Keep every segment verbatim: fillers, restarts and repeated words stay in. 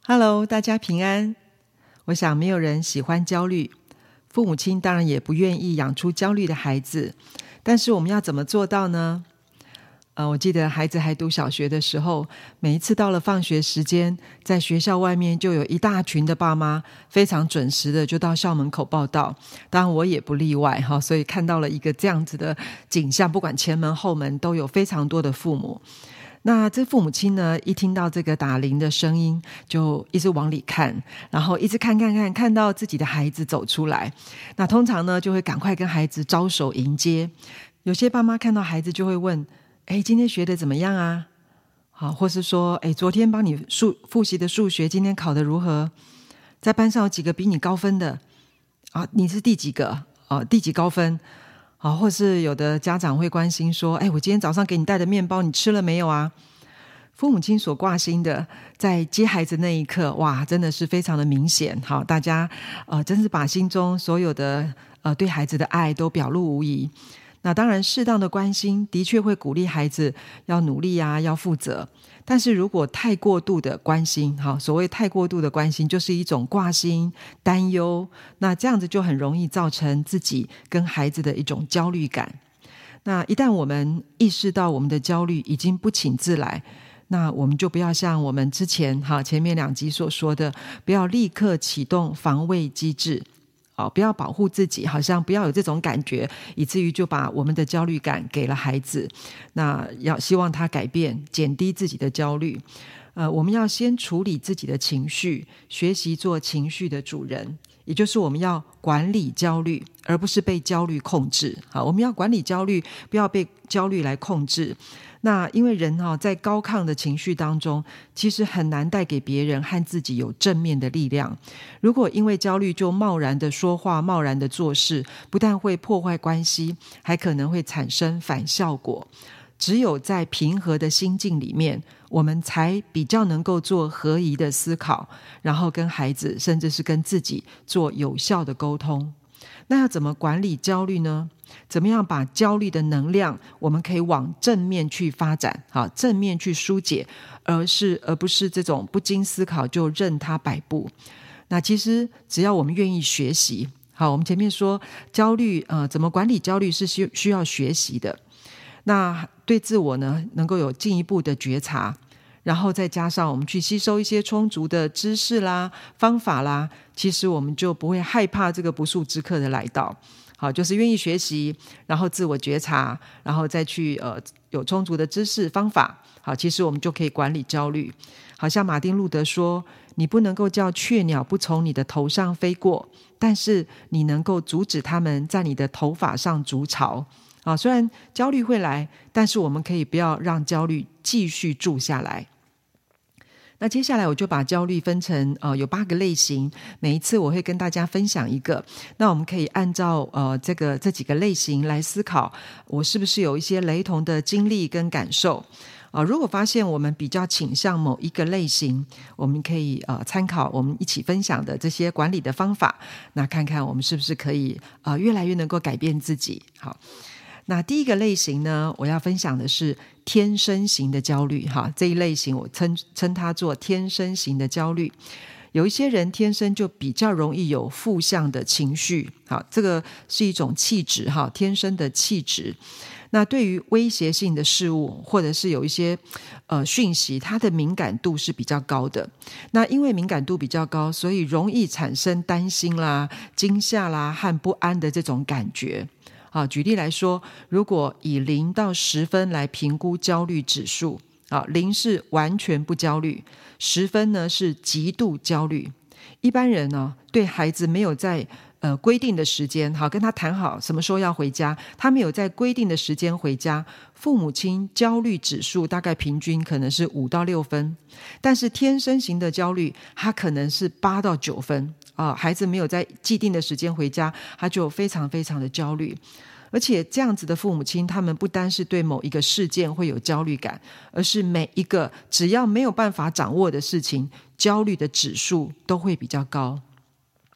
Hello， 大家平安。我想没有人喜欢焦虑，父母亲当然也不愿意养出焦虑的孩子，但是我们要怎么做到呢？呃，我记得孩子还读小学的时候，每一次到了放学时间，在学校外面就有一大群的爸妈非常准时的就到校门口报到，当然我也不例外哈，所以看到了一个这样子的景象，不管前门后门都有非常多的父母。那这父母亲呢，一听到这个打铃的声音，就一直往里看，然后一直看看看，看到自己的孩子走出来，那通常呢就会赶快跟孩子招手迎接。有些爸妈看到孩子就会问，哎，今天学的怎么样啊？好，或是说，哎，昨天帮你数复习的数学今天考得如何？在班上有几个比你高分的啊？你是第几个啊？第几高分？好，或是有的家长会关心说，哎，我今天早上给你带的面包你吃了没有啊？父母亲所挂心的，在接孩子那一刻，哇，真的是非常的明显。好，大家呃，真是把心中所有的呃对孩子的爱都表露无遗。那当然适当的关心的确会鼓励孩子要努力啊，要负责，但是如果太过度的关心，好，所谓太过度的关心就是一种挂心担忧，那这样子就很容易造成自己跟孩子的一种焦虑感。那一旦我们意识到我们的焦虑已经不请自来，那我们就不要像我们之前哈前面两集所说的，不要立刻启动防卫机制，哦，不要保护自己，好像不要有这种感觉，以至于就把我们的焦虑感给了孩子。那要希望他改变，减低自己的焦虑。呃，我们要先处理自己的情绪，学习做情绪的主人，也就是我们要管理焦虑，而不是被焦虑控制。好，我们要管理焦虑，不要被焦虑来控制。那因为人、哦、在高亢的情绪当中，其实很难带给别人和自己有正面的力量。如果因为焦虑就贸然的说话，贸然的做事，不但会破坏关系，还可能会产生反效果。只有在平和的心境里面，我们才比较能够做合宜的思考，然后跟孩子甚至是跟自己做有效的沟通。那要怎么管理焦虑呢？怎么样把焦虑的能量我们可以往正面去发展，好，正面去疏解，而是而不是这种不经思考就任它摆布。那其实只要我们愿意学习，好，我们前面说焦虑呃，怎么管理焦虑是需需要学习的。那对自我呢能够有进一步的觉察，然后再加上我们去吸收一些充足的知识啦方法啦，其实我们就不会害怕这个不速之客的来到。好，就是愿意学习，然后自我觉察，然后再去呃有充足的知识方法，好，其实我们就可以管理焦虑。好像马丁路德说，你不能够叫雀鸟不从你的头上飞过，但是你能够阻止它们在你的头发上筑巢。啊，虽然焦虑会来，但是我们可以不要让焦虑继续住下来。那接下来我就把焦虑分成呃有八个类型，每一次我会跟大家分享一个。那我们可以按照呃这个这几个类型来思考，我是不是有一些雷同的经历跟感受。啊、呃，如果发现我们比较倾向某一个类型，我们可以呃参考我们一起分享的这些管理的方法，那看看我们是不是可以呃越来越能够改变自己。好。那第一个类型呢，我要分享的是天生型的焦虑哈，这一类型我称称它做天生型的焦虑。有一些人天生就比较容易有负向的情绪，好，这个是一种气质哈，天生的气质。那对于威胁性的事物，或者是有一些呃讯息，它的敏感度是比较高的。那因为敏感度比较高，所以容易产生担心啦、惊吓啦和不安的这种感觉。好，举例来说，如果以零到十分来评估焦虑指数，好，零是完全不焦虑，十分呢是极度焦虑。一般人呢，对孩子没有在呃规定的时间，好，跟他谈好什么时候要回家，他没有在规定的时间回家，父母亲焦虑指数大概平均可能是五到六分，但是天生型的焦虑，它可能是八到九分。啊，孩子没有在既定的时间回家，他就非常非常的焦虑。而且这样子的父母亲，他们不单是对某一个事件会有焦虑感，而是每一个只要没有办法掌握的事情，焦虑的指数都会比较高。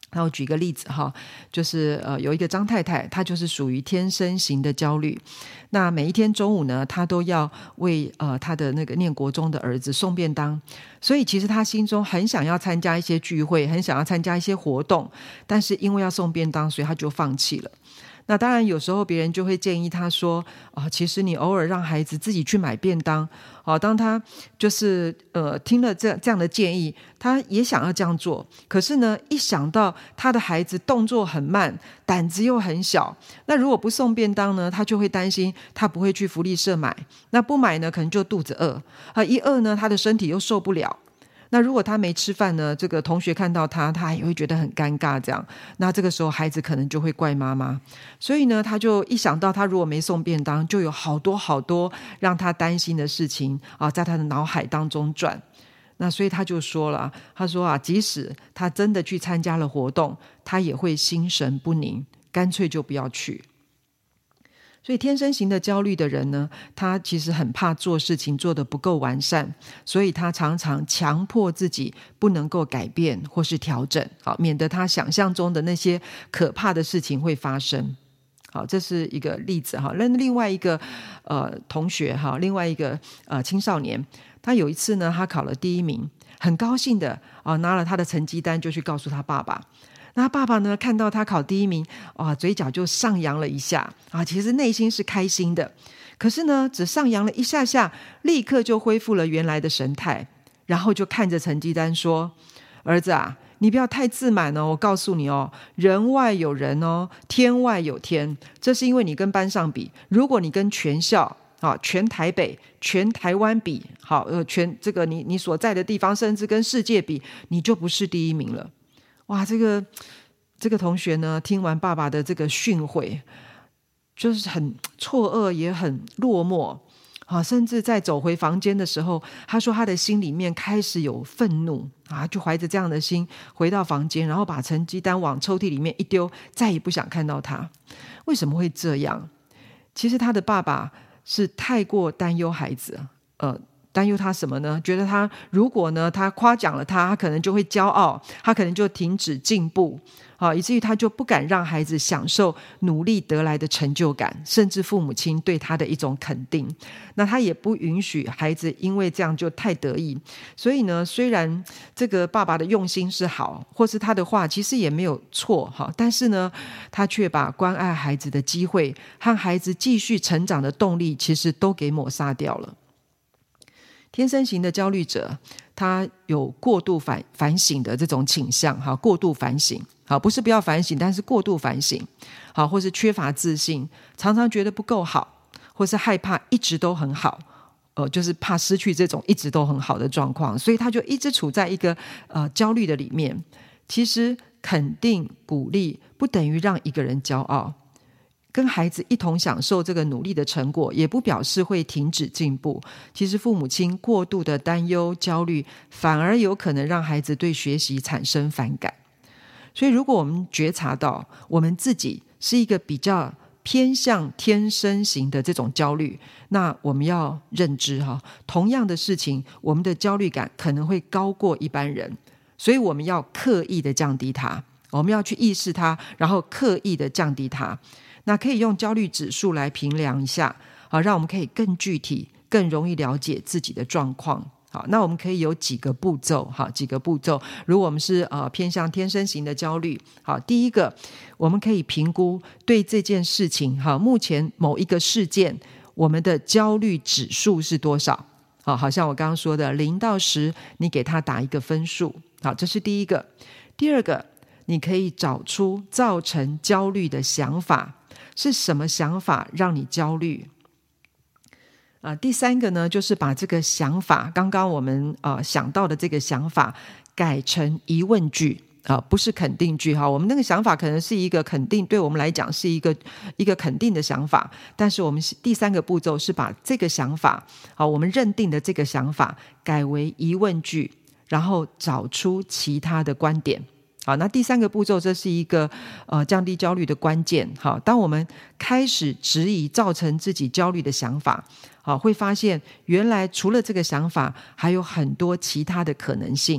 那我举一个例子哈，就是呃有一个张太太，她就是属于天生型的焦虑。那每一天中午呢，她都要为呃她的那个念国中的儿子送便当，所以其实她心中很想要参加一些聚会，很想要参加一些活动，但是因为要送便当，所以她就放弃了。那当然有时候别人就会建议他说、啊、其实你偶尔让孩子自己去买便当、啊、当他就是呃听了这这样的建议，他也想要这样做，可是呢一想到他的孩子动作很慢，胆子又很小，那如果不送便当呢，他就会担心他不会去福利社买，那不买呢可能就肚子饿、啊、一饿呢他的身体又受不了，那如果他没吃饭呢，这个同学看到他，他也会觉得很尴尬这样，那这个时候孩子可能就会怪妈妈，所以呢他就一想到他如果没送便当，就有好多好多让他担心的事情啊，在他的脑海当中转。那所以他就说了，他说啊，即使他真的去参加了活动，他也会心神不宁，干脆就不要去。所以天生型的焦虑的人呢，他其实很怕做事情做得不够完善，所以他常常强迫自己不能够改变或是调整，好，免得他想象中的那些可怕的事情会发生。好，这是一个例子哈。那另外一个呃同学哈，另外一个呃青少年，他有一次呢，他考了第一名，很高兴的啊，拿了他的成绩单就去告诉他爸爸。那爸爸呢看到他考第一名啊，嘴角就上扬了一下啊，其实内心是开心的，可是呢只上扬了一下下，立刻就恢复了原来的神态，然后就看着成绩单说，儿子啊，你不要太自满哦，我告诉你哦，人外有人哦，天外有天，这是因为你跟班上比，如果你跟全校啊，全台北全台湾比，好呃，全这个你你所在的地方，甚至跟世界比，你就不是第一名了。哇，这个这个同学呢，听完爸爸的这个训诲，就是很错愕，也很落寞啊，甚至在走回房间的时候，他说他的心里面开始有愤怒啊，就怀着这样的心回到房间，然后把成绩单往抽屉里面一丢，再也不想看到他。为什么会这样？其实他的爸爸是太过担忧孩子，呃担忧他什么呢？觉得他如果呢他夸奖了他，他可能就会骄傲，他可能就停止进步啊，以至于他就不敢让孩子享受努力得来的成就感，甚至父母亲对他的一种肯定。那他也不允许孩子因为这样就太得意。所以呢，虽然这个爸爸的用心是好，或是他的话其实也没有错哈，但是呢，他却把关爱孩子的机会和孩子继续成长的动力，其实都给抹杀掉了。天生型的焦虑者，他有过度 反, 反省的这种倾向，好，过度反省，好，不是不要反省，但是过度反省，好，或是缺乏自信，常常觉得不够好，或是害怕一直都很好，呃，就是怕失去这种一直都很好的状况，所以他就一直处在一个呃焦虑的里面。其实肯定鼓励不等于让一个人骄傲，跟孩子一同享受这个努力的成果，也不表示会停止进步。其实父母亲过度的担忧焦虑，反而有可能让孩子对学习产生反感。所以如果我们觉察到我们自己是一个比较偏向天生型的这种焦虑，那我们要认知哈，同样的事情我们的焦虑感可能会高过一般人，所以我们要刻意的降低它，我们要去意识它，然后刻意的降低它。那可以用焦虑指数来评量一下，好，让我们可以更具体更容易了解自己的状况。好，那我们可以有几个步骤，好，几个步骤。如果我们是呃偏向天生型的焦虑，好，第一个，我们可以评估对这件事情，好，目前某一个事件，我们的焦虑指数是多少？好，好像我刚刚说的零到十，你给他打一个分数。好，这是第一个。第二个，你可以找出造成焦虑的想法，是什么想法让你焦虑？呃、第三个呢，就是把这个想法，刚刚我们、呃、想到的这个想法改成疑问句、呃、不是肯定句哈。我们那个想法可能是一个肯定，对我们来讲是一个一个肯定的想法，但是我们第三个步骤是把这个想法、呃、我们认定的这个想法改为疑问句，然后找出其他的观点。好，那第三个步骤，这是一个呃降低焦虑的关键。好，当我们开始质疑造成自己焦虑的想法，好，会发现原来除了这个想法，还有很多其他的可能性。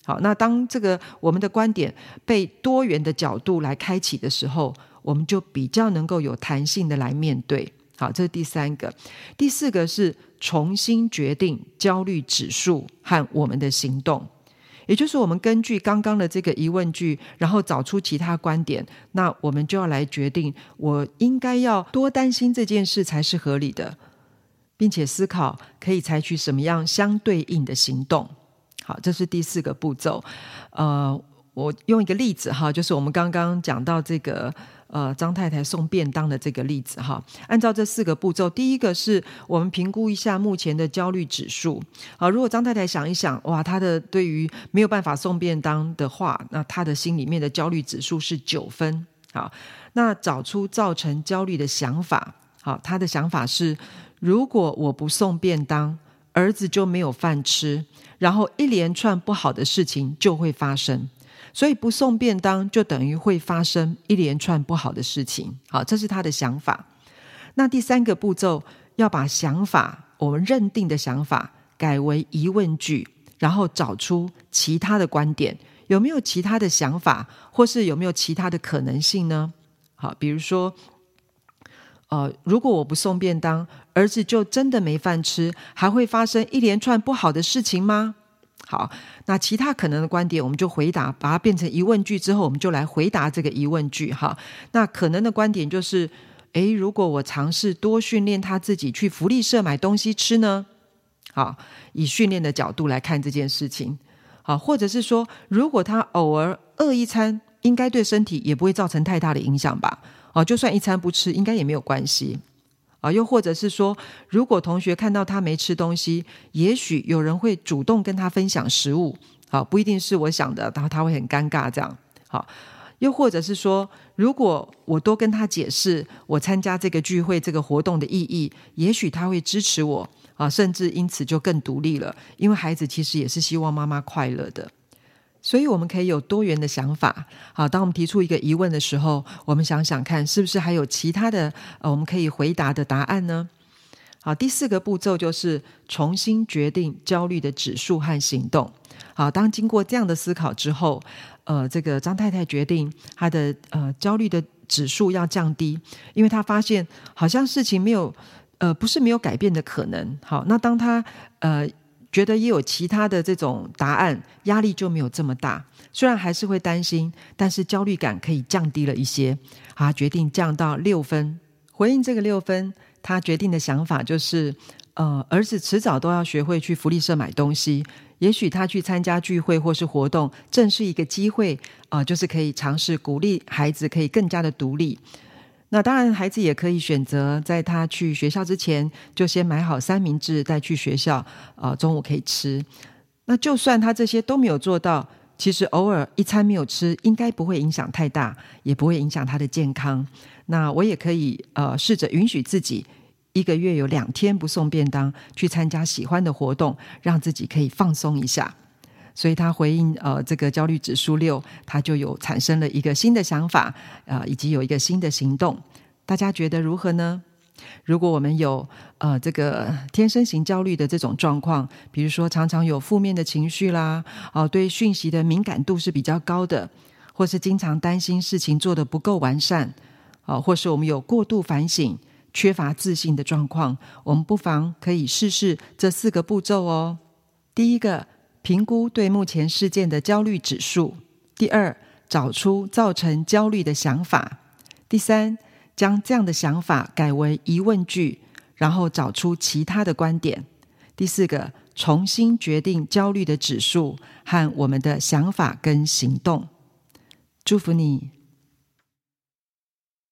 好，那当这个我们的观点被多元的角度来开启的时候，我们就比较能够有弹性的来面对。好，这是第三个。第四个是重新决定焦虑指数和我们的行动，也就是我们根据刚刚的这个疑问句，然后找出其他观点，那我们就要来决定我应该要多担心这件事才是合理的，并且思考可以采取什么样相对应的行动。好，这是第四个步骤。呃，我用一个例子哈，就是我们刚刚讲到这个呃张太太送便当的这个例子哈。按照这四个步骤，第一个是我们评估一下目前的焦虑指数。好，如果张太太想一想，哇，她的对于没有办法送便当的话，那她的心里面的焦虑指数是九分。好，那找出造成焦虑的想法。好，她的想法是，如果我不送便当，儿子就没有饭吃，然后一连串不好的事情就会发生，所以不送便当就等于会发生一连串不好的事情。好，这是他的想法。那第三个步骤，要把想法，我们认定的想法改为疑问句，然后找出其他的观点，有没有其他的想法，或是有没有其他的可能性呢？好，比如说呃，如果我不送便当，儿子就真的没饭吃，还会发生一连串不好的事情吗？好，那其他可能的观点我们就回答，把它变成疑问句之后，我们就来回答这个疑问句哈。那可能的观点就是诶，如果我尝试多训练他自己去福利社买东西吃呢？好，以训练的角度来看这件事情。好，或者是说，如果他偶尔饿一餐，应该对身体也不会造成太大的影响吧？哦，就算一餐不吃应该也没有关系。啊，又或者是说，如果同学看到他没吃东西，也许有人会主动跟他分享食物。好，不一定是我想的，然后他会很尴尬这样。好，又或者是说，如果我多跟他解释我参加这个聚会这个活动的意义，也许他会支持我啊，甚至因此就更独立了，因为孩子其实也是希望妈妈快乐的。所以我们可以有多元的想法。好，当我们提出一个疑问的时候，我们想想看是不是还有其他的呃我们可以回答的答案呢？好，第四个步骤就是重新决定焦虑的指数和行动。好，当经过这样的思考之后，呃，这个张太太决定她的呃焦虑的指数要降低，因为她发现好像事情没有呃不是没有改变的可能。好，那当她呃觉得也有其他的这种答案，压力就没有这么大。虽然还是会担心，但是焦虑感可以降低了一些。他决定降到六分。回应这个六分，他决定的想法就是呃，儿子迟早都要学会去福利社买东西，也许他去参加聚会或是活动正是一个机会，呃，就是可以尝试鼓励孩子可以更加的独立。那当然孩子也可以选择在他去学校之前就先买好三明治带去学校，呃，中午可以吃。那就算他这些都没有做到，其实偶尔一餐没有吃应该不会影响太大，也不会影响他的健康。那我也可以呃试着允许自己一个月有两天不送便当，去参加喜欢的活动，让自己可以放松一下。所以他回应呃这个焦虑指数六，他就有产生了一个新的想法，呃以及有一个新的行动。大家觉得如何呢？如果我们有呃这个天生型焦虑的这种状况，比如说常常有负面的情绪啦，呃、对讯息的敏感度是比较高的，或是经常担心事情做得不够完善，呃、或是我们有过度反省、缺乏自信的状况，我们不妨可以试试这四个步骤哦。第一个，评估对目前事件的焦虑指数。第二，找出造成焦虑的想法。第三，将这样的想法改为疑问句，然后找出其他的观点。第四个，重新决定焦虑的指数和我们的想法跟行动。祝福你